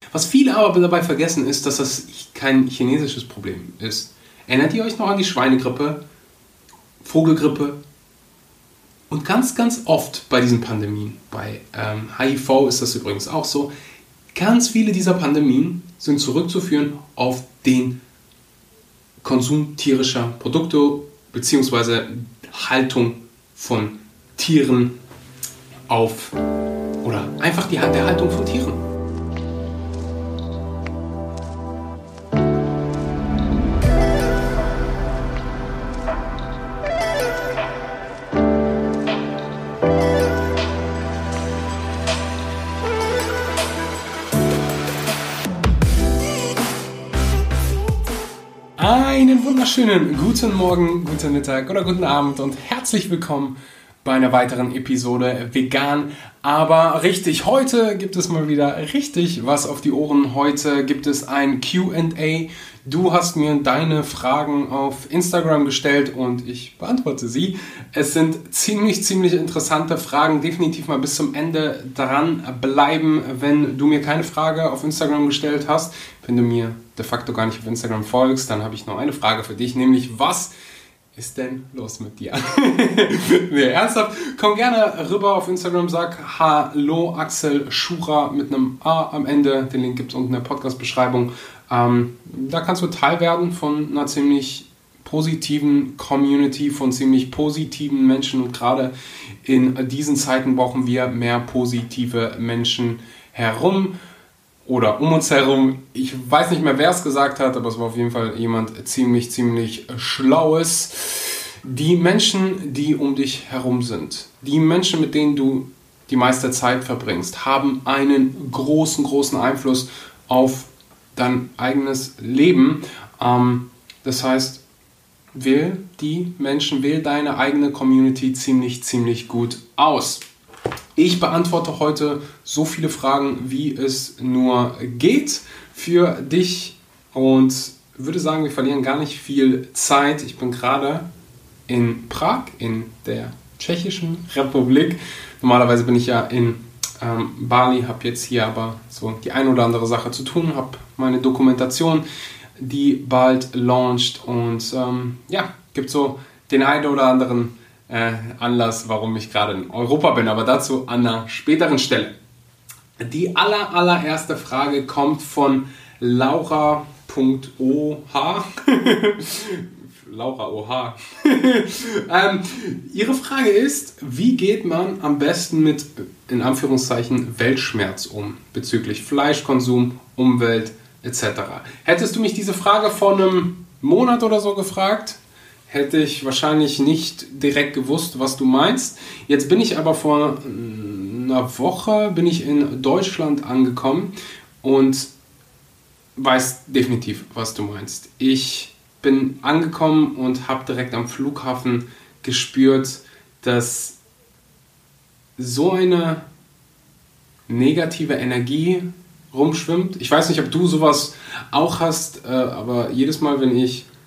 Was viele aber dabei vergessen ist, dass das kein chinesisches Problem ist. Erinnert ihr euch noch an die Schweinegrippe, Vogelgrippe? Und ganz, ganz oft bei diesen Pandemien, bei HIV ist das übrigens auch so, ganz viele dieser Pandemien sind zurückzuführen auf den Konsum tierischer Produkte bzw. Haltung von Tieren oder einfach der Haltung von Tieren. Einen wunderschönen guten Morgen, guten Mittag oder guten Abend und herzlich willkommen bei einer weiteren Episode Vegan, aber richtig. Heute gibt es mal wieder richtig was auf die Ohren. Heute gibt es ein Q&A. Du hast mir deine Fragen auf Instagram gestellt und ich beantworte sie. Es sind ziemlich interessante Fragen. Definitiv mal bis zum Ende dran bleiben, wenn du mir keine Frage auf Instagram gestellt hast. Wenn du mir de facto gar nicht auf Instagram folgst, dann habe ich noch eine Frage für dich, nämlich was ist denn los mit dir? Nee, ernsthaft, komm gerne rüber auf Instagram, sag Hallo Axel Schura mit einem A am Ende. Den Link gibt es unten in der Podcast-Beschreibung. Da kannst du Teil werden von einer ziemlich positiven Community, von ziemlich positiven Menschen. Und gerade in diesen Zeiten brauchen wir mehr positive Menschen herum. Oder um uns herum. Ich weiß nicht mehr, wer es gesagt hat, aber es war auf jeden Fall jemand ziemlich Schlaues. Die Menschen, die um dich herum sind, die Menschen, mit denen du die meiste Zeit verbringst, haben einen großen Einfluss auf dein eigenes Leben. Das heißt, wähl deine eigene Community ziemlich gut aus. Ich beantworte heute so viele Fragen, wie es nur geht für dich und würde sagen, wir verlieren gar nicht viel Zeit. Ich bin gerade in Prag, in der Tschechischen Republik. Normalerweise bin ich ja in Bali, habe jetzt hier aber so die ein oder andere Sache zu tun, habe meine Dokumentation, die bald launcht und gibt so den einen oder anderen Anlass, warum ich gerade in Europa bin, aber dazu an einer späteren Stelle. Die allererste Frage kommt von Laura.oh. Laura OH. Ihre Frage ist, wie geht man am besten mit, in Anführungszeichen, Weltschmerz um, bezüglich Fleischkonsum, Umwelt etc. Hättest du mich diese Frage vor einem Monat oder so gefragt, hätte ich wahrscheinlich nicht direkt gewusst, was du meinst. Jetzt bin ich aber vor einer Woche in Deutschland angekommen und weiß definitiv, was du meinst. Ich bin angekommen und habe direkt am Flughafen gespürt, dass so eine negative Energie rumschwimmt. Ich weiß nicht, ob du sowas auch hast, aber jedes Mal, wenn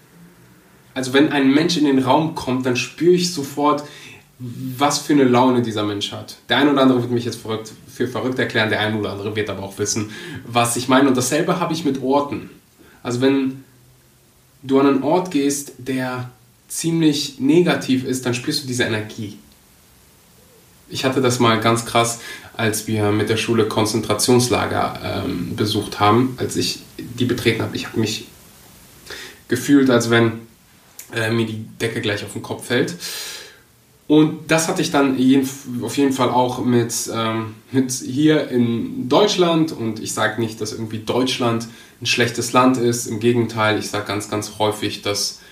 ein Mensch in den Raum kommt, dann spüre ich sofort, was für eine Laune dieser Mensch hat. Der eine oder andere wird mich jetzt für verrückt erklären, der eine oder andere wird aber auch wissen, was ich meine. Und dasselbe habe ich mit Orten. Also wenn du an einen Ort gehst, der ziemlich negativ ist, dann spürst du diese Energie. Ich hatte das mal ganz krass, als wir mit der Schule Konzentrationslager besucht haben, als ich die betreten habe. Ich habe mich gefühlt, als wenn mir die Decke gleich auf den Kopf fällt. Und das hatte ich dann auf jeden Fall auch mit hier in Deutschland. Und ich sage nicht, dass irgendwie Deutschland ein schlechtes Land ist. Im Gegenteil, ich sage ganz häufig, dass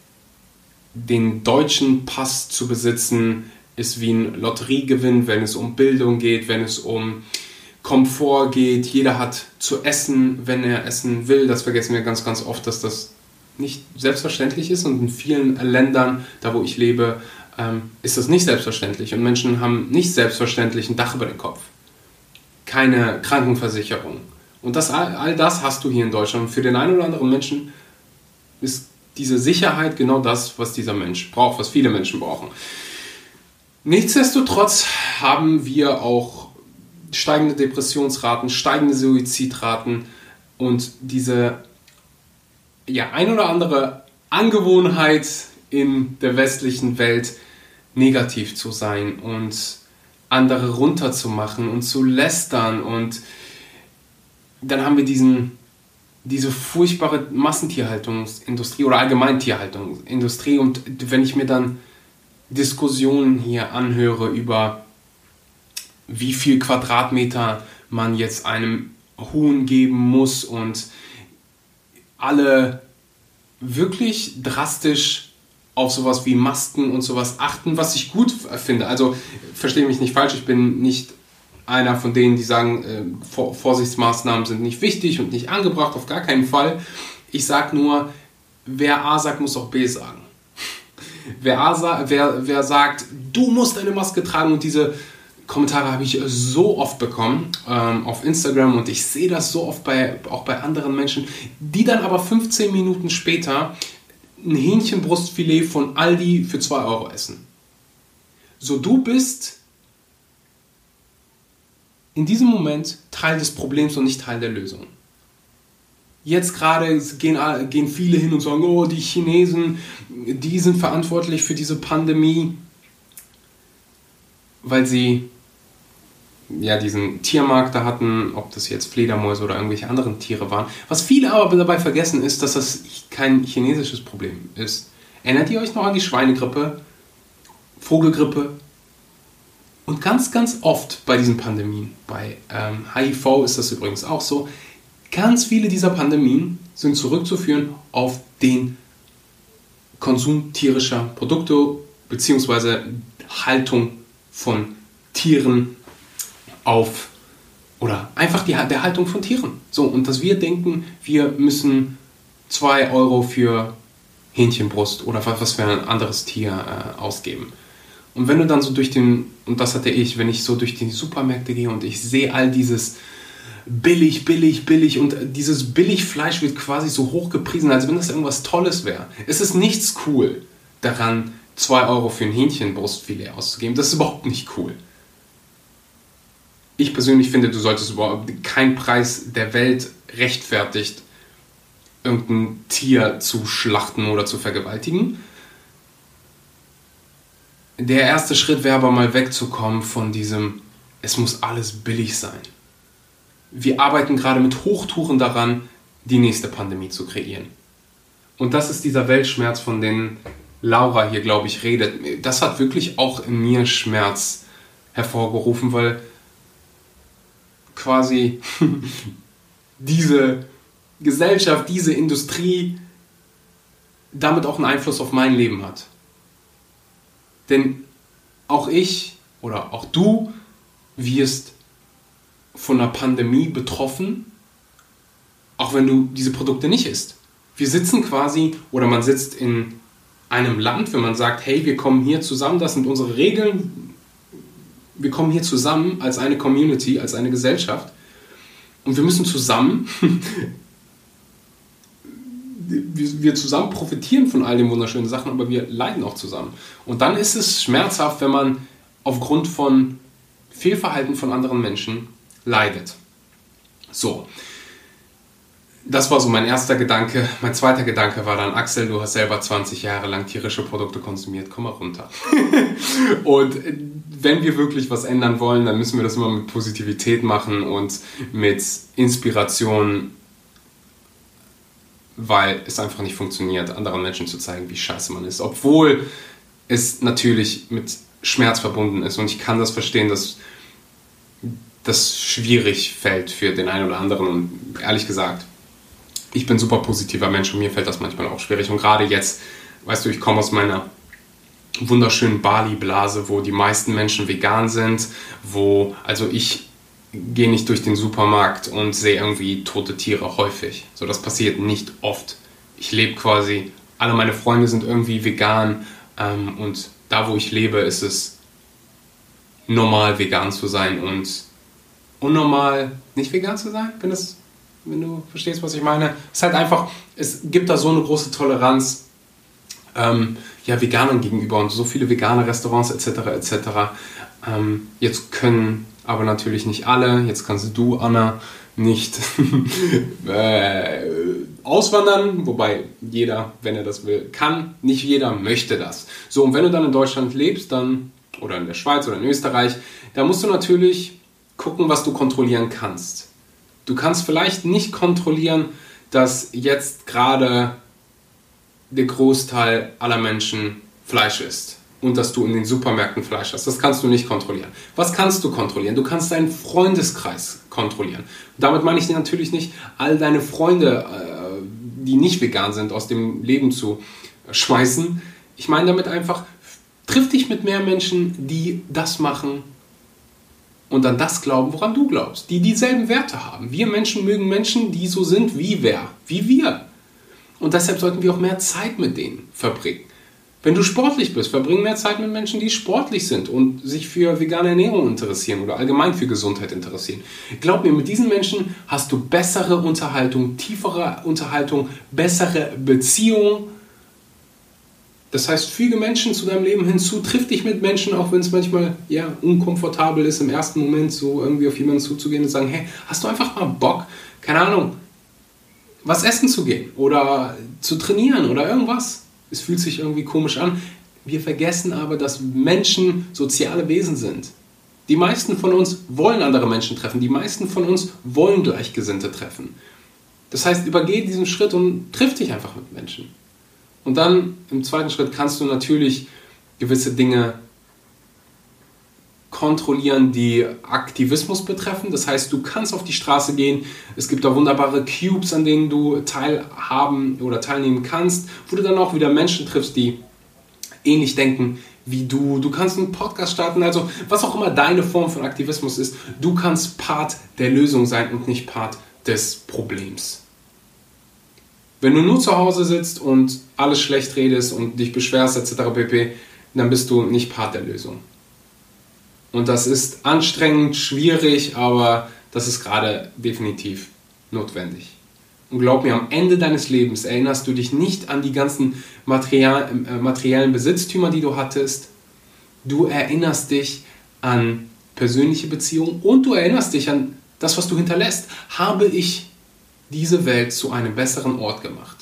den deutschen Pass zu besitzen ist wie ein Lotteriegewinn, wenn es um Bildung geht, wenn es um Komfort geht. Jeder hat zu essen, wenn er essen will. Das vergessen wir ganz oft, dass das nicht selbstverständlich ist, und in vielen Ländern, da wo ich lebe, ist das nicht selbstverständlich und Menschen haben nicht selbstverständlich ein Dach über den Kopf, keine Krankenversicherung, und all das hast du hier in Deutschland. Und für den einen oder anderen Menschen ist diese Sicherheit genau das, was dieser Mensch braucht, was viele Menschen brauchen. Nichtsdestotrotz haben wir auch steigende Depressionsraten, steigende Suizidraten und diese ein oder andere Angewohnheit in der westlichen Welt, negativ zu sein und andere runterzumachen und zu lästern. Und dann haben wir diese furchtbare Massentierhaltungsindustrie oder allgemein Tierhaltungsindustrie. Und wenn ich mir dann Diskussionen hier anhöre über wie viel Quadratmeter man jetzt einem Huhn geben muss und alle wirklich drastisch auf sowas wie Masken und sowas achten, was ich gut finde. Also verstehe mich nicht falsch, ich bin nicht einer von denen, die sagen, Vorsichtsmaßnahmen sind nicht wichtig und nicht angebracht, auf gar keinen Fall. Ich sage nur, wer A sagt, muss auch B sagen. Wer sagt, du musst eine Maske tragen, und diese Kommentare habe ich so oft bekommen auf Instagram, und ich sehe das so oft auch bei anderen Menschen, die dann aber 15 Minuten später ein Hähnchenbrustfilet von Aldi für 2 Euro essen. So, du bist in diesem Moment Teil des Problems und nicht Teil der Lösung. Jetzt gerade gehen viele hin und sagen, oh, die Chinesen, die sind verantwortlich für diese Pandemie, weil sie diesen Tiermarkt da hatten, ob das jetzt Fledermäuse oder irgendwelche anderen Tiere waren. Was viele aber dabei vergessen ist, dass das kein chinesisches Problem ist. Erinnert ihr euch noch an die Schweinegrippe, Vogelgrippe? Und ganz, ganz oft bei diesen Pandemien, bei HIV ist das übrigens auch so, ganz viele dieser Pandemien sind zurückzuführen auf den Konsum tierischer Produkte bzw. Haltung von Tieren oder einfach der Haltung von Tieren. So, und dass wir denken, wir müssen 2 Euro für Hähnchenbrust oder was für ein anderes Tier ausgeben. Und wenn du dann so und das hatte ich, wenn ich so durch die Supermärkte gehe und ich sehe all dieses billig und dieses Billigfleisch wird quasi so hoch gepriesen, als wenn das irgendwas Tolles wäre. Es ist nichts cool daran, 2 Euro für ein Hähnchenbrustfilet auszugeben. Das ist überhaupt nicht cool. Ich persönlich finde, du solltest überhaupt kein Preis der Welt rechtfertigt, irgendein Tier zu schlachten oder zu vergewaltigen. Der erste Schritt wäre aber mal wegzukommen von diesem, es muss alles billig sein. Wir arbeiten gerade mit Hochtouren daran, die nächste Pandemie zu kreieren. Und das ist dieser Weltschmerz, von dem Laura hier, glaube ich, redet. Das hat wirklich auch in mir Schmerz hervorgerufen, weil quasi diese Gesellschaft, diese Industrie damit auch einen Einfluss auf mein Leben hat. Denn auch ich oder auch du wirst von einer Pandemie betroffen, auch wenn du diese Produkte nicht isst. Wir sitzen quasi, oder man sitzt in einem Land, wenn man sagt, hey, wir kommen hier zusammen, das sind unsere Regeln, wir kommen hier zusammen als eine Community, als eine Gesellschaft, und wir müssen zusammen, wir zusammen profitieren von all den wunderschönen Sachen, aber wir leiden auch zusammen. Und dann ist es schmerzhaft, wenn man aufgrund von Fehlverhalten von anderen Menschen leidet. So, das war so mein erster Gedanke. Mein zweiter Gedanke war dann, Axel, du hast selber 20 Jahre lang tierische Produkte konsumiert, komm mal runter. Und wenn wir wirklich was ändern wollen, dann müssen wir das immer mit Positivität machen und mit Inspiration, weil es einfach nicht funktioniert, anderen Menschen zu zeigen, wie scheiße man ist. Obwohl es natürlich mit Schmerz verbunden ist. Und ich kann das verstehen, dass das schwierig fällt für den einen oder anderen. Und ehrlich gesagt, ich bin ein super positiver Mensch und mir fällt das manchmal auch schwierig. Und gerade jetzt, weißt du, ich komme aus meiner wunderschönen Bali-Blase, wo die meisten Menschen vegan sind, also ich gehe nicht durch den Supermarkt und sehe irgendwie tote Tiere häufig. So, das passiert nicht oft. Ich lebe quasi, alle meine Freunde sind irgendwie vegan, und da, wo ich lebe, ist es normal, vegan zu sein und unnormal, nicht vegan zu sein, wenn du verstehst, was ich meine. Es ist halt einfach, es gibt da so eine große Toleranz Veganern gegenüber und so viele vegane Restaurants etc. Jetzt können aber natürlich nicht alle. Jetzt kannst du, Anna, nicht auswandern, wobei jeder, wenn er das will, kann. Nicht jeder möchte das. So, und wenn du dann in Deutschland lebst, dann, oder in der Schweiz oder in Österreich, da musst du natürlich gucken, was du kontrollieren kannst. Du kannst vielleicht nicht kontrollieren, dass jetzt gerade der Großteil aller Menschen Fleisch isst und dass du in den Supermärkten Fleisch hast. Das kannst du nicht kontrollieren. Was kannst du kontrollieren? Du kannst deinen Freundeskreis kontrollieren. Und damit meine ich natürlich nicht, all deine Freunde, die nicht vegan sind, aus dem Leben zu schmeißen. Ich meine damit einfach, triff dich mit mehr Menschen, die das machen und an das glauben, woran du glaubst, die dieselben Werte haben. Wir Menschen mögen Menschen, die so sind wie wer? Wie wir. Und deshalb sollten wir auch mehr Zeit mit denen verbringen. Wenn du sportlich bist, verbring mehr Zeit mit Menschen, die sportlich sind und sich für vegane Ernährung interessieren oder allgemein für Gesundheit interessieren. Glaub mir, mit diesen Menschen hast du bessere Unterhaltung, tiefere Unterhaltung, bessere Beziehungen. Das heißt, füge Menschen zu deinem Leben hinzu, triff dich mit Menschen, auch wenn es manchmal unkomfortabel ist, im ersten Moment so irgendwie auf jemanden zuzugehen und sagen, hey, hast du einfach mal Bock, keine Ahnung, was essen zu gehen oder zu trainieren oder irgendwas. Es fühlt sich irgendwie komisch an. Wir vergessen aber, dass Menschen soziale Wesen sind. Die meisten von uns wollen andere Menschen treffen. Die meisten von uns wollen Gleichgesinnte treffen. Das heißt, übergeh diesen Schritt und triff dich einfach mit Menschen. Und dann im zweiten Schritt kannst du natürlich gewisse Dinge kontrollieren, die Aktivismus betreffen. Das heißt, du kannst auf die Straße gehen. Es gibt da wunderbare Cubes, an denen du teilhaben oder teilnehmen kannst, wo du dann auch wieder Menschen triffst, die ähnlich denken wie du. Du kannst einen Podcast starten, also was auch immer deine Form von Aktivismus ist. Du kannst Part der Lösung sein und nicht Part des Problems. Wenn du nur zu Hause sitzt und alles schlecht redest und dich beschwerst etc. pp., dann bist du nicht Part der Lösung. Und das ist anstrengend, schwierig, aber das ist gerade definitiv notwendig. Und glaub mir, am Ende deines Lebens erinnerst du dich nicht an die ganzen materiellen Besitztümer, die du hattest. Du erinnerst dich an persönliche Beziehungen und du erinnerst dich an das, was du hinterlässt. Habe ich diese Welt zu einem besseren Ort gemacht?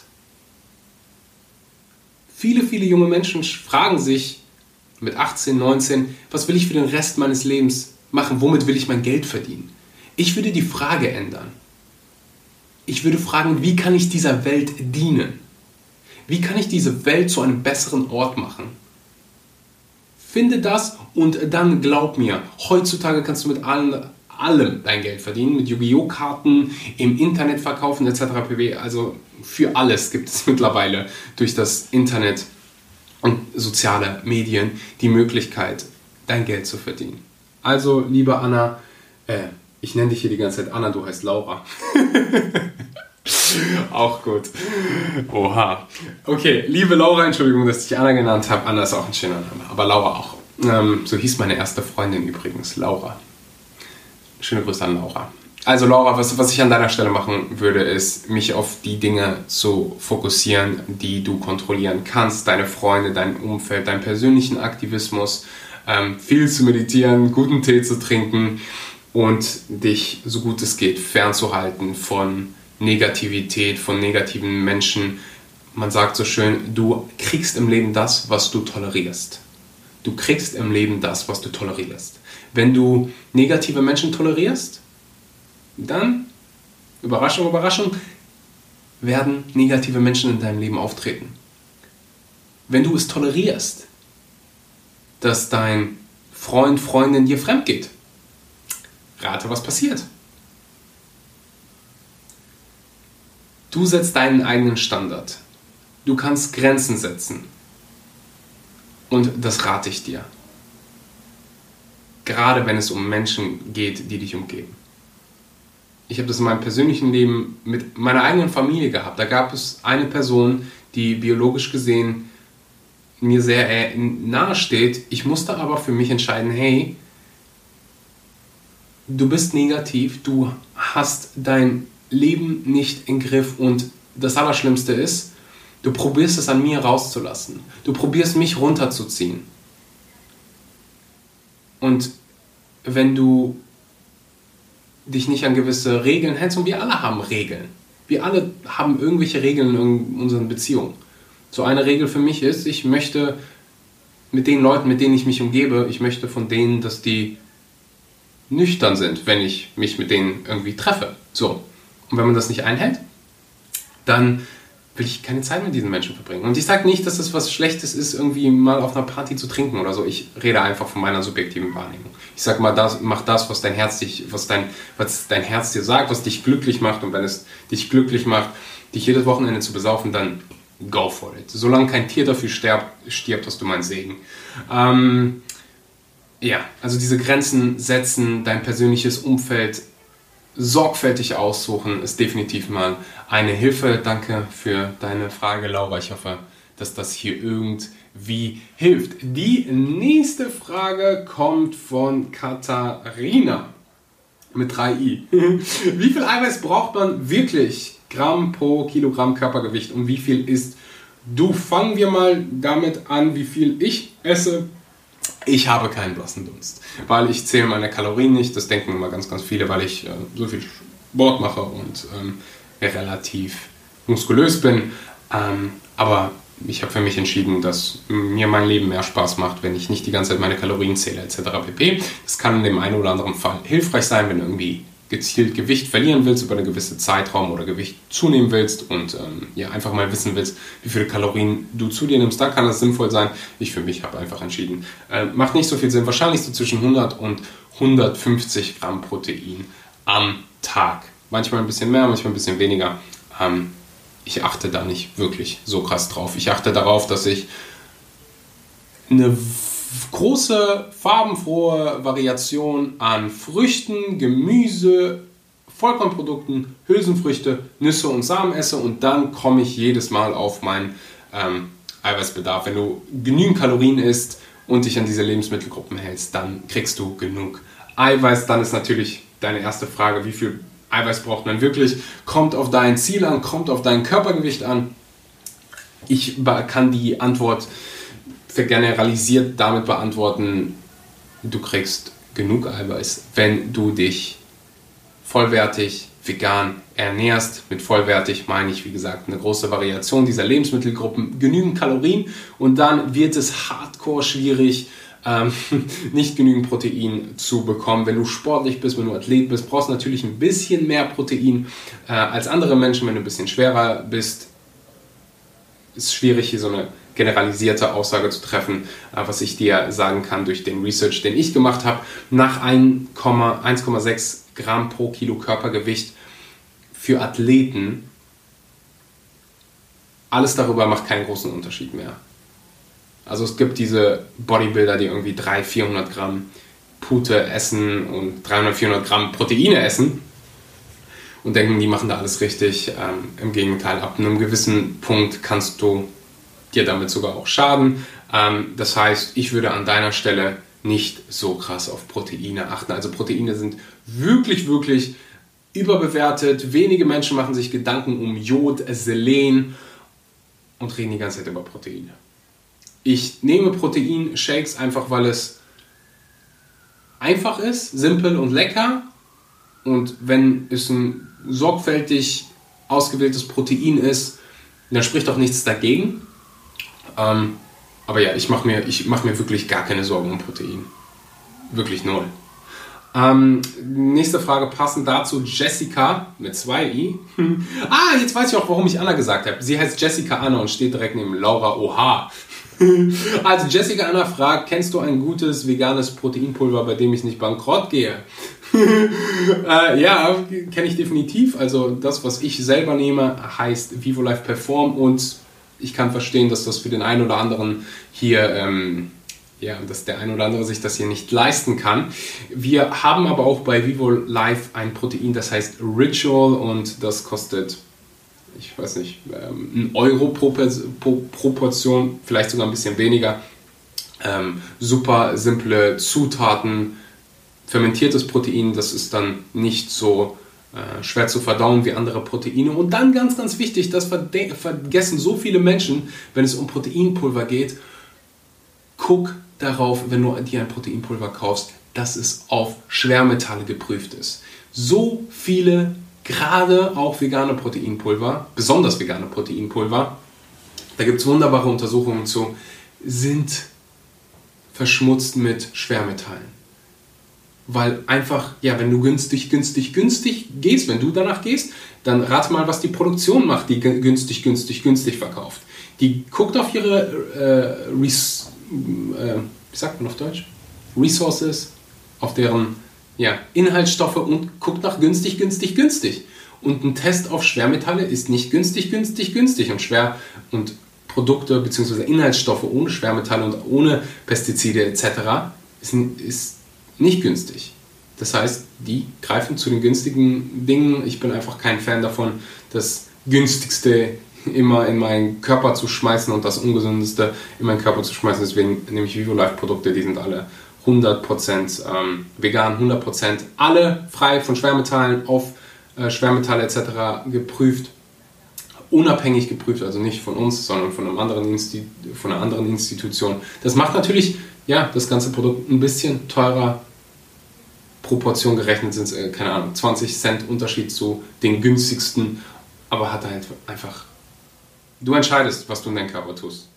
Viele, viele junge Menschen fragen sich mit 18, 19, was will ich für den Rest meines Lebens machen? Womit will ich mein Geld verdienen? Ich würde die Frage ändern. Ich würde fragen, wie kann ich dieser Welt dienen? Wie kann ich diese Welt zu einem besseren Ort machen? Finde das und dann glaub mir, heutzutage kannst du mit allem dein Geld verdienen, mit Yu-Gi-Oh! Karten, im Internet verkaufen etc. pp. Also für alles gibt es mittlerweile durch das Internet und soziale Medien die Möglichkeit, dein Geld zu verdienen. Also, liebe Anna, ich nenne dich hier die ganze Zeit Anna, du heißt Laura. Auch gut. Oha. Okay, liebe Laura, Entschuldigung, dass ich dich Anna genannt habe. Anna ist auch ein schöner Name, aber Laura auch. So hieß meine erste Freundin übrigens, Laura. Schöne Grüße an Laura. Also Laura, was ich an deiner Stelle machen würde, ist, mich auf die Dinge zu fokussieren, die du kontrollieren kannst. Deine Freunde, dein Umfeld, deinen persönlichen Aktivismus, viel zu meditieren, guten Tee zu trinken und dich, so gut es geht, fernzuhalten von Negativität, von negativen Menschen. Man sagt so schön, du kriegst im Leben das, was du tolerierst. Du kriegst im Leben das, was du tolerierst. Wenn du negative Menschen tolerierst, dann, Überraschung, Überraschung, werden negative Menschen in deinem Leben auftreten. Wenn du es tolerierst, dass dein Freund, Freundin dir fremd geht, rate, was passiert. Du setzt deinen eigenen Standard. Du kannst Grenzen setzen. Und das rate ich dir. Gerade wenn es um Menschen geht, die dich umgeben. Ich habe das in meinem persönlichen Leben mit meiner eigenen Familie gehabt. Da gab es eine Person, die biologisch gesehen mir sehr nahe steht. Ich musste aber für mich entscheiden, hey, du bist negativ, du hast dein Leben nicht im Griff und das Allerschlimmste ist, du probierst es an mir rauszulassen. Du probierst mich runterzuziehen. Und wenn du dich nicht an gewisse Regeln hältst, und wir alle haben Regeln. Wir alle haben irgendwelche Regeln in unseren Beziehungen. So eine Regel für mich ist, ich möchte mit den Leuten, mit denen ich mich umgebe, ich möchte von denen, dass die nüchtern sind, wenn ich mich mit denen irgendwie treffe. So. Und wenn man das nicht einhält, dann will ich keine Zeit mit diesen Menschen verbringen. Und ich sage nicht, dass das was Schlechtes ist, irgendwie mal auf einer Party zu trinken oder so. Ich rede einfach von meiner subjektiven Wahrnehmung. Ich sage mal, mach das, was dein Herz dir sagt, was dich glücklich macht. Und wenn es dich glücklich macht, dich jedes Wochenende zu besaufen, dann go for it. Solange kein Tier dafür stirbt, hast du meinen Segen. Ja, also diese Grenzen setzen, dein persönliches Umfeld sorgfältig aussuchen, ist definitiv mal eine Hilfe. Danke für deine Frage, Laura. Ich hoffe, dass das hier irgendwie hilft. Die nächste Frage kommt von Katharina mit 3i. Wie viel Eiweiß braucht man wirklich Gramm pro Kilogramm Körpergewicht und wie viel isst du? Fangen wir mal damit an, wie viel ich esse. Ich habe keinen blassen Dunst, weil ich zähle meine Kalorien nicht. Das denken immer ganz, ganz viele, weil ich so viel Sport mache und relativ muskulös bin. Aber ich habe für mich entschieden, dass mir mein Leben mehr Spaß macht, wenn ich nicht die ganze Zeit meine Kalorien zähle etc. pp. Das kann in dem einen oder anderen Fall hilfreich sein, wenn du irgendwie gezielt Gewicht verlieren willst über einen gewissen Zeitraum oder Gewicht zunehmen willst und einfach mal wissen willst, wie viele Kalorien du zu dir nimmst, da kann das sinnvoll sein. Ich für mich habe einfach entschieden, macht nicht so viel Sinn, wahrscheinlich so zwischen 100 und 150 Gramm Protein am Tag. Manchmal ein bisschen mehr, manchmal ein bisschen weniger. Ich achte da nicht wirklich so krass drauf. Ich achte darauf, dass ich eine große, farbenfrohe Variation an Früchten, Gemüse, Vollkornprodukten, Hülsenfrüchte, Nüsse und Samen esse und dann komme ich jedes Mal auf meinen Eiweißbedarf. Wenn du genügend Kalorien isst und dich an diese Lebensmittelgruppen hältst, dann kriegst du genug Eiweiß. Dann ist natürlich deine erste Frage, wie viel Eiweiß braucht man wirklich? Kommt auf dein Ziel an, kommt auf dein Körpergewicht an. Ich kann die Antwort vergeneralisiert damit beantworten, du kriegst genug Eiweiß, wenn du dich vollwertig vegan ernährst. Mit vollwertig meine ich, wie gesagt, eine große Variation dieser Lebensmittelgruppen, genügend Kalorien und dann wird es hardcore schwierig, nicht genügend Protein zu bekommen. Wenn du sportlich bist, wenn du Athlet bist, brauchst du natürlich ein bisschen mehr Protein als andere Menschen. Wenn du ein bisschen schwerer bist, ist es schwierig, hier so eine generalisierte Aussage zu treffen, was ich dir sagen kann durch den Research, den ich gemacht habe. Nach 1,6 Gramm pro Kilo Körpergewicht für Athleten, alles darüber macht keinen großen Unterschied mehr. Also es gibt diese Bodybuilder, die irgendwie 300-400 Gramm Pute essen und 300-400 Gramm Proteine essen und denken, die machen da alles richtig. Im Gegenteil, ab einem gewissen Punkt kannst du dir damit sogar auch schaden. Das heißt, ich würde an deiner Stelle nicht so krass auf Proteine achten. Also Proteine sind wirklich, wirklich überbewertet. Wenige Menschen machen sich Gedanken um Jod, Selen und reden die ganze Zeit über Proteine. Ich nehme Proteinshakes einfach, weil es einfach ist, simpel und lecker. Und wenn es ein sorgfältig ausgewähltes Protein ist, dann spricht auch nichts dagegen. Aber ja, ich mach mir wirklich gar keine Sorgen um Protein. Wirklich null. Nächste Frage passend dazu, Jessica mit 2i. Jetzt weiß ich auch, warum ich Anna gesagt habe. Sie heißt Jessica Anna und steht direkt neben Laura OH. Also Jessica Anna fragt, kennst du ein gutes veganes Proteinpulver, bei dem ich nicht bankrott gehe? Ja, kenne ich definitiv. Also das, was ich selber nehme, heißt VivoLife Perform und ich kann verstehen, dass das für den einen oder anderen hier, dass der ein oder andere sich das hier nicht leisten kann. Wir haben aber auch bei VivoLife ein Protein, das heißt Ritual und das kostet, ich weiß nicht, 1 Euro pro Portion, vielleicht sogar ein bisschen weniger. Super simple Zutaten, fermentiertes Protein, das ist dann nicht so schwer zu verdauen wie andere Proteine. Und dann ganz, ganz wichtig, das vergessen so viele Menschen, wenn es um Proteinpulver geht, guck darauf, wenn du dir ein Proteinpulver kaufst, dass es auf Schwermetalle geprüft ist. so viele, gerade auch vegane Proteinpulver, besonders vegane Proteinpulver, da gibt es wunderbare Untersuchungen zu, sind verschmutzt mit Schwermetallen. Weil einfach, ja, wenn du günstig gehst, wenn du danach gehst, dann rate mal, was die Produktion macht, die günstig verkauft. Die guckt auf ihre, wie sagt man auf Deutsch? Resources, auf deren Inhaltsstoffe und guckt nach günstig. Und ein Test auf Schwermetalle ist nicht günstig. Und Produkte bzw. Inhaltsstoffe ohne Schwermetalle und ohne Pestizide etc. ist nicht günstig. Das heißt, die greifen zu den günstigen Dingen. Ich bin einfach kein Fan davon, das günstigste immer in meinen Körper zu schmeißen und das ungesündeste in meinen Körper zu schmeißen. Deswegen nehme ich VivoLife-Produkte, die sind alle 100% vegan, 100% alle frei von Schwermetallen, auf Schwermetalle etc. geprüft, unabhängig geprüft, also nicht von uns, sondern von einer anderen Institution. Das macht natürlich das ganze Produkt ein bisschen teurer. Proportion gerechnet sind es, 20 Cent Unterschied zu den günstigsten, aber hat halt einfach, du entscheidest, was du in deinem Körper tust.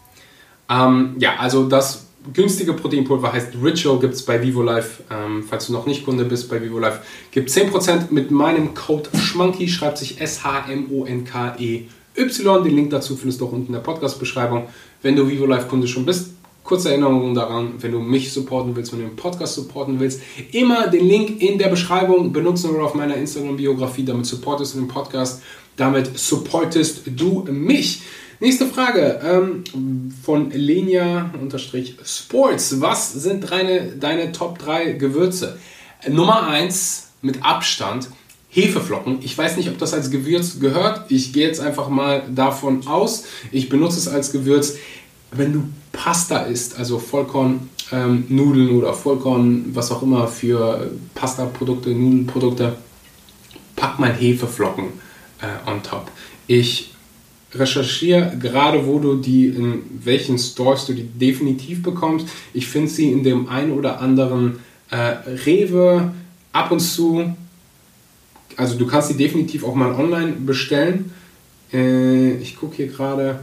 Also das günstige Proteinpulver heißt Ritual, gibt es bei VivoLife. Falls du noch nicht Kunde bist bei VivoLife, gibt 10% mit meinem Code SCHMONKEY, schreibt sich SHMONKEY. Den Link dazu findest du auch unten in der Podcast-Beschreibung. Wenn du VivoLife-Kunde schon bist, kurze Erinnerung daran, wenn du mich supporten willst, wenn du den Podcast supporten willst, immer den Link in der Beschreibung benutzen oder auf meiner Instagram-Biografie, damit supportest du den Podcast, damit supportest du mich. Nächste Frage von Lenia_Sports. Was sind deine Top 3 Gewürze? Nummer 1 mit Abstand Hefeflocken. Ich weiß nicht, ob das als Gewürz gehört. Ich gehe jetzt einfach mal davon aus. Ich benutze es als Gewürz. Wenn du Pasta isst, also Vollkorn-Nudeln oder Vollkorn, was auch immer für Pasta-Produkte, Nudelprodukte, pack mal Hefeflocken on top. Ich recherchiere gerade, in welchen Stores du die definitiv bekommst. Ich finde sie in dem einen oder anderen Rewe ab und zu. Also du kannst sie definitiv auch mal online bestellen. Ich gucke hier gerade.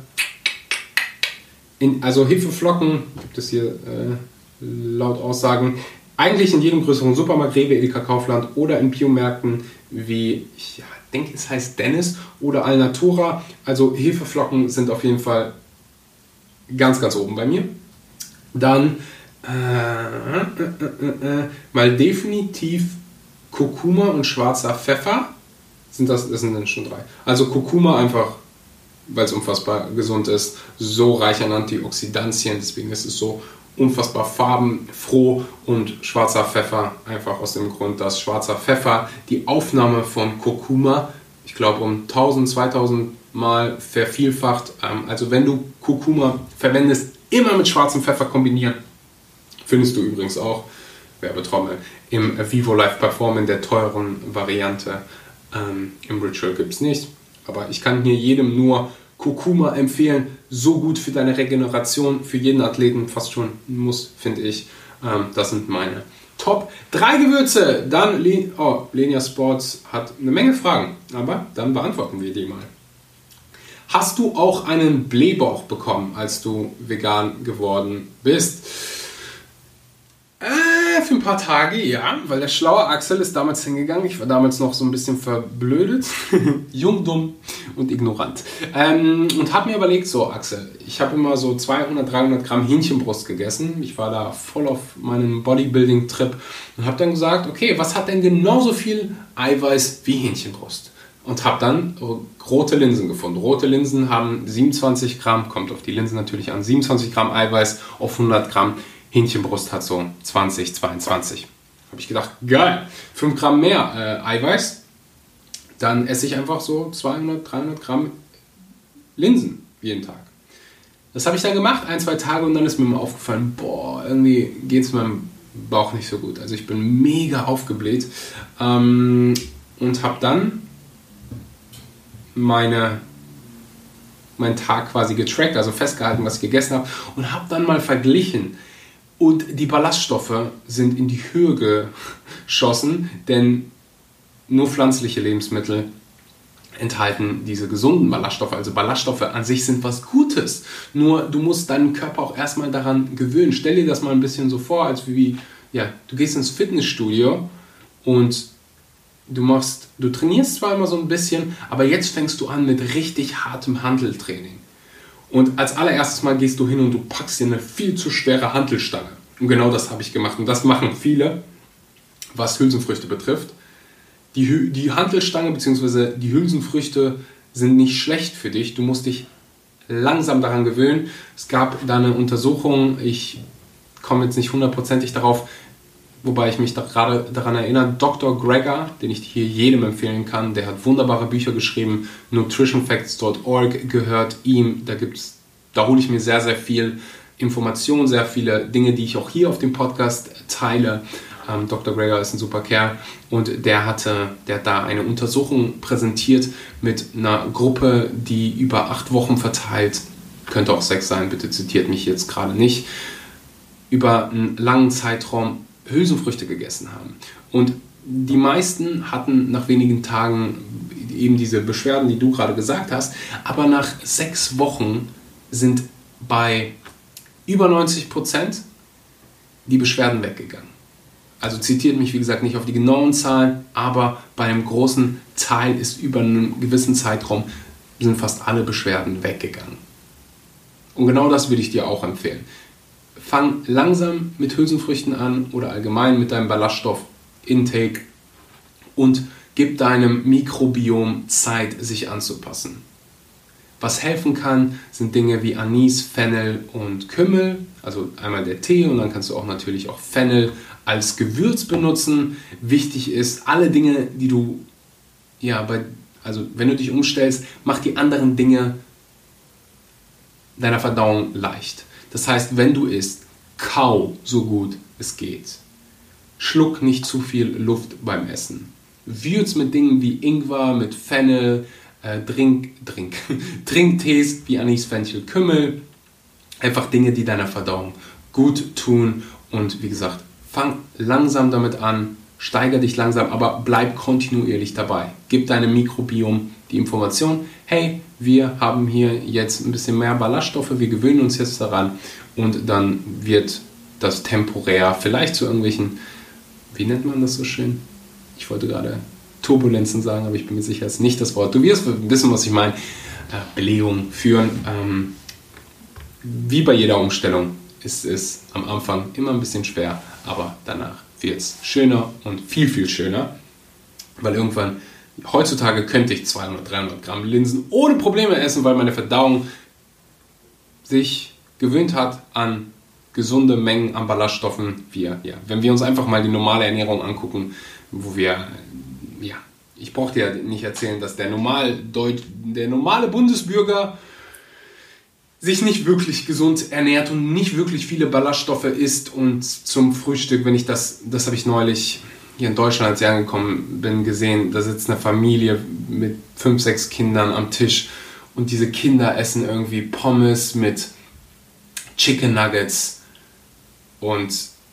Also Hefeflocken gibt es hier laut Aussagen eigentlich in jedem größeren Supermarkt, Rewe, Edeka, Kaufland oder in Biomärkten wie, ich denke es heißt Dennis oder Alnatura. Also Hefeflocken sind auf jeden Fall ganz, ganz oben bei mir. Dann mal definitiv Kurkuma und schwarzer Pfeffer. Das sind dann schon 3. Also Kurkuma einfach, weil es unfassbar gesund ist, so reich an Antioxidantien, deswegen ist es so unfassbar farbenfroh, und schwarzer Pfeffer einfach aus dem Grund, dass schwarzer Pfeffer die Aufnahme von Kurkuma, ich glaube, um 1000, 2000 Mal vervielfacht. Also wenn du Kurkuma verwendest, immer mit schwarzem Pfeffer kombinieren. Findest du übrigens auch, Werbetrommel, im VivoLife Perform in der teuren Variante. Im Ritual gibt es nicht. Aber ich kann hier jedem nur Kurkuma empfehlen. So gut für deine Regeneration, für jeden Athleten fast schon muss, finde ich. Das sind meine Top 3 Gewürze. Dann Lenia Sports hat eine Menge Fragen, aber dann beantworten wir die mal. Hast du auch einen Blähbauch bekommen, als du vegan geworden bist? Für ein paar Tage, ja, weil der schlaue Axel ist damals hingegangen. Ich war damals noch so ein bisschen verblödet, jung, dumm und ignorant. Und habe mir überlegt, so Axel, ich habe immer so 200, 300 Gramm Hähnchenbrust gegessen. Ich war da voll auf meinem Bodybuilding-Trip und habe dann gesagt, okay, was hat denn genauso viel Eiweiß wie Hähnchenbrust? Und habe dann rote Linsen gefunden. Rote Linsen haben 27 Gramm, kommt auf die Linsen natürlich an, 27 Gramm Eiweiß auf 100 Gramm. Hähnchenbrust hat so 20, 22. Habe ich gedacht, geil, 5 Gramm mehr Eiweiß, dann esse ich einfach so 200, 300 Gramm Linsen jeden Tag. Das habe ich dann gemacht, 1-2 Tage, und dann ist mir mal aufgefallen, irgendwie geht es meinem Bauch nicht so gut. Also ich bin mega aufgebläht und habe dann meinen Tag quasi getrackt, also festgehalten, was ich gegessen habe, und habe dann mal verglichen. Und die Ballaststoffe sind in die Höhe geschossen, denn nur pflanzliche Lebensmittel enthalten diese gesunden Ballaststoffe. Also Ballaststoffe an sich sind was Gutes. Nur du musst deinen Körper auch erstmal daran gewöhnen. Stell dir das mal ein bisschen so vor, als du gehst ins Fitnessstudio und du trainierst zwar immer so ein bisschen, aber jetzt fängst du an mit richtig hartem Hanteltraining. Und als allererstes Mal gehst du hin und du packst dir eine viel zu schwere Hantelstange. Und genau das habe ich gemacht. Und das machen viele, was Hülsenfrüchte betrifft. Die Hantelstange bzw. die Hülsenfrüchte sind nicht schlecht für dich. Du musst dich langsam daran gewöhnen. Es gab da eine Untersuchung, ich komme jetzt nicht hundertprozentig darauf, wobei ich mich gerade daran erinnere, Dr. Greger, den ich hier jedem empfehlen kann, der hat wunderbare Bücher geschrieben, nutritionfacts.org gehört ihm, da hole ich mir sehr, sehr viel Information, sehr viele Dinge, die ich auch hier auf dem Podcast teile. Dr. Greger ist ein super Kerl und der hat da eine Untersuchung präsentiert mit einer Gruppe, die über 8 Wochen verteilt, könnte auch 6 sein, bitte zitiert mich jetzt gerade nicht, über einen langen Zeitraum Hülsenfrüchte gegessen haben. Und die meisten hatten nach wenigen Tagen eben diese Beschwerden, die du gerade gesagt hast, aber nach 6 Wochen sind bei über 90% die Beschwerden weggegangen. Also zitiert mich, wie gesagt, nicht auf die genauen Zahlen, aber bei einem großen Teil ist über einen gewissen Zeitraum sind fast alle Beschwerden weggegangen. Und genau das würde ich dir auch empfehlen. Fang langsam mit Hülsenfrüchten an oder allgemein mit deinem Ballaststoff-Intake und gib deinem Mikrobiom Zeit, sich anzupassen. Was helfen kann, sind Dinge wie Anis, Fennel und Kümmel, also einmal der Tee und dann kannst du auch natürlich auch Fennel als Gewürz benutzen. Wichtig ist, alle Dinge, die du, wenn du dich umstellst, mach die anderen Dinge deiner Verdauung leicht. Das heißt, wenn du isst, kau so gut es geht. Schluck nicht zu viel Luft beim Essen. Würz mit Dingen wie Ingwer, mit Fennel, Trinktees wie Anis, Fenchel, Kümmel. Einfach Dinge, die deiner Verdauung gut tun. Und wie gesagt, fang langsam damit an, steigere dich langsam, aber bleib kontinuierlich dabei. Gib deinem Mikrobiom die Information, hey, wir haben hier jetzt ein bisschen mehr Ballaststoffe, wir gewöhnen uns jetzt daran und dann wird das temporär vielleicht zu irgendwelchen, wie nennt man das so schön? Ich wollte gerade Turbulenzen sagen, aber ich bin mir sicher, es ist nicht das Wort. Du wirst wissen, was ich meine. Belegung führen. Wie bei jeder Umstellung ist es am Anfang immer ein bisschen schwer, aber danach wird es schöner und viel, viel schöner, weil irgendwann, heutzutage könnte ich 200, 300 Gramm Linsen ohne Probleme essen, weil meine Verdauung sich gewöhnt hat an gesunde Mengen an Ballaststoffen. Wenn wir uns einfach mal die normale Ernährung angucken, wo ich brauche dir nicht erzählen, dass der normale Bundesbürger sich nicht wirklich gesund ernährt und nicht wirklich viele Ballaststoffe isst und zum Frühstück, das habe ich neulich hier in Deutschland, als ich angekommen bin, gesehen, da sitzt eine Familie mit 5, 6 Kindern am Tisch und diese Kinder essen irgendwie Pommes mit Chicken Nuggets und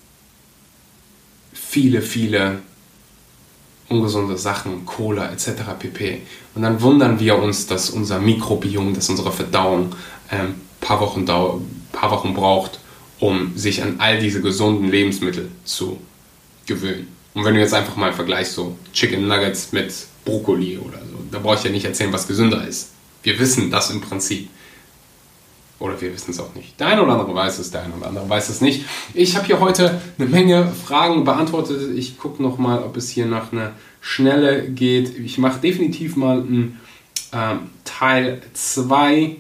viele, viele ungesunde Sachen, Cola etc. pp. Und dann wundern wir uns, dass unser Mikrobiom, dass unsere Verdauung ein paar Wochen braucht, um sich an all diese gesunden Lebensmittel zu gewöhnen. Und wenn du jetzt einfach mal vergleichst, so Chicken Nuggets mit Brokkoli oder so, da brauche ich ja nicht erzählen, was gesünder ist. Wir wissen das im Prinzip. Oder wir wissen es auch nicht. Der eine oder andere weiß es, der eine oder andere weiß es nicht. Ich habe hier heute eine Menge Fragen beantwortet. Ich gucke nochmal, ob es hier nach einer Schnelle geht. Ich mache definitiv mal einen Teil 2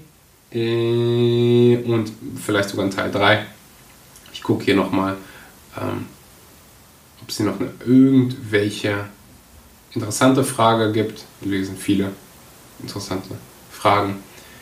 und vielleicht sogar einen Teil 3. Ich gucke hier nochmal, ob es hier noch irgendwelche interessante Frage gibt. Es sind viele interessante Fragen.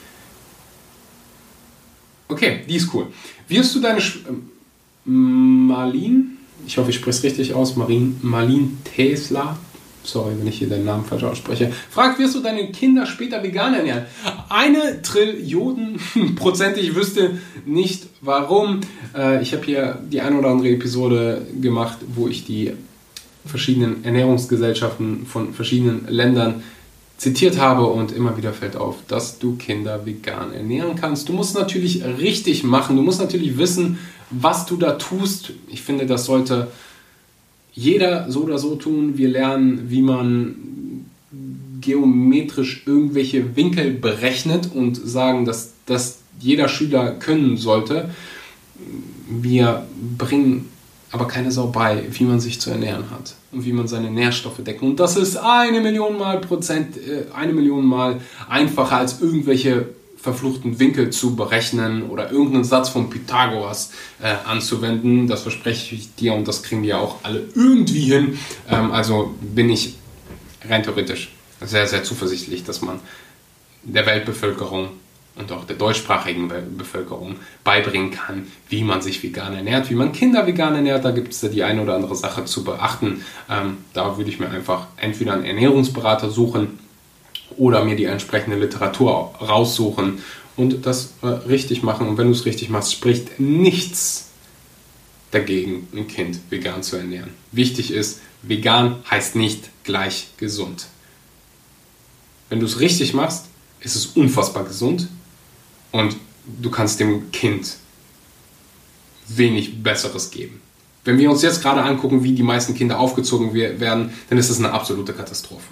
Okay, die ist cool. Wirst du deine Marlene, ich hoffe, ich spreche es richtig aus, Marlene Tesla, sorry, wenn ich hier deinen Namen falsch ausspreche, fragt, wirst du deine Kinder später vegan ernähren? 1 Trillion %, ich wüsste nicht warum. Ich habe hier die eine oder andere Episode gemacht, wo ich die verschiedenen Ernährungsgesellschaften von verschiedenen Ländern zitiert habe und immer wieder fällt auf, dass du Kinder vegan ernähren kannst. Du musst natürlich richtig machen, du musst natürlich wissen, was du da tust. Ich finde, das sollte jeder so oder so tun. Wir lernen, wie man geometrisch irgendwelche Winkel berechnet und sagen, dass das jeder Schüler können sollte. Wir bringen aber keine Sau bei, wie man sich zu ernähren hat und wie man seine Nährstoffe deckt. Und das ist 1 Million Mal einfacher als irgendwelche verfluchten Winkel zu berechnen oder irgendeinen Satz von Pythagoras anzuwenden. Das verspreche ich dir und das kriegen wir auch alle irgendwie hin. Also bin ich rein theoretisch sehr, sehr zuversichtlich, dass man der Weltbevölkerung und auch der deutschsprachigen Bevölkerung beibringen kann, wie man sich vegan ernährt, wie man Kinder vegan ernährt. Da gibt es die eine oder andere Sache zu beachten. Da würde ich mir einfach entweder einen Ernährungsberater suchen oder mir die entsprechende Literatur raussuchen und das richtig machen. Und wenn du es richtig machst, spricht nichts dagegen, ein Kind vegan zu ernähren. Wichtig ist, vegan heißt nicht gleich gesund. Wenn du es richtig machst, ist es unfassbar gesund und du kannst dem Kind wenig Besseres geben. Wenn wir uns jetzt gerade angucken, wie die meisten Kinder aufgezogen werden, dann ist es eine absolute Katastrophe.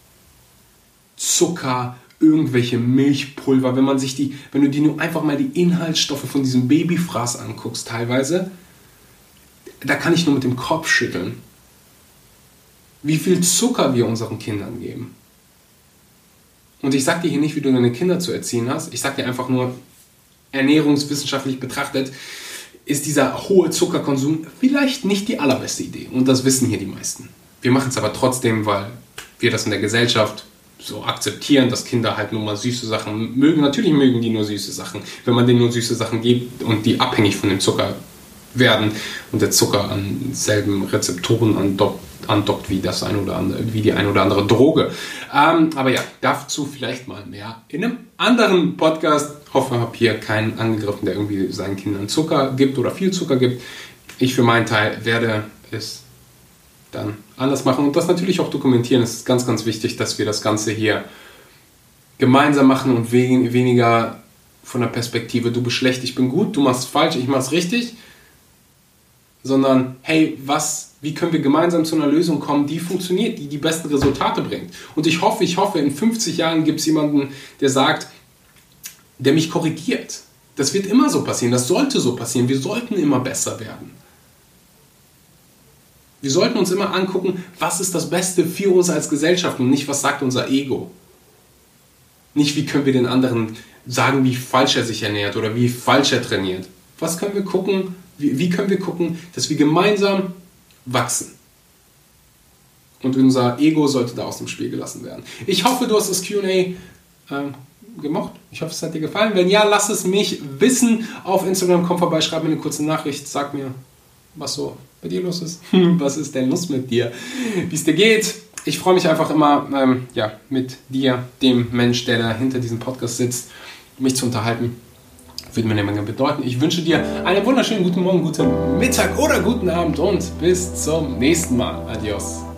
Zucker, irgendwelche Milchpulver, wenn du dir nur einfach mal die Inhaltsstoffe von diesem Babyfraß anguckst teilweise, da kann ich nur mit dem Kopf schütteln, wie viel Zucker wir unseren Kindern geben. Und ich sage dir hier nicht, wie du deine Kinder zu erziehen hast. Ich sage dir einfach nur, ernährungswissenschaftlich betrachtet, ist dieser hohe Zuckerkonsum vielleicht nicht die allerbeste Idee. Und das wissen hier die meisten. Wir machen es aber trotzdem, weil wir das in der Gesellschaft so akzeptieren, dass Kinder halt nur mal süße Sachen mögen. Natürlich mögen die nur süße Sachen. Wenn man denen nur süße Sachen gibt und die abhängig von dem Zucker werden und der Zucker an selben Rezeptoren andockt wie die eine oder andere Droge. Aber ja, dazu vielleicht mal mehr in einem anderen Podcast. Hoffe, ich habe hier keinen angegriffen, der irgendwie seinen Kindern Zucker gibt oder viel Zucker gibt. Ich für meinen Teil werde es dann anders machen und das natürlich auch dokumentieren. Es ist ganz, ganz wichtig, dass wir das Ganze hier gemeinsam machen und weniger von der Perspektive, du bist schlecht, ich bin gut, du machst falsch, ich mach's richtig, sondern hey, wie können wir gemeinsam zu einer Lösung kommen, die funktioniert, die besten Resultate bringt. Und ich hoffe, in 50 Jahren gibt es jemanden, der sagt, der mich korrigiert. Das wird immer so passieren, das sollte so passieren, wir sollten immer besser werden. Wir sollten uns immer angucken, was ist das Beste für uns als Gesellschaft und nicht, was sagt unser Ego. Nicht, wie können wir den anderen sagen, wie falsch er sich ernährt oder wie falsch er trainiert. Was können wir gucken? Wie können wir gucken, dass wir gemeinsam wachsen? Und unser Ego sollte da aus dem Spiel gelassen werden. Ich hoffe, du hast das Q&A gemocht. Ich hoffe, es hat dir gefallen. Wenn ja, lass es mich wissen. Auf Instagram, komm vorbei, schreib mir eine kurze Nachricht. Sag mir, was so bei dir los ist. Was ist denn los mit dir? Wie es dir geht. Ich freue mich einfach immer, mit dir, dem Mensch, der da hinter diesem Podcast sitzt, mich zu unterhalten. Würde mir eine Menge bedeuten. Ich wünsche dir einen wunderschönen guten Morgen, guten Mittag oder guten Abend und bis zum nächsten Mal. Adios.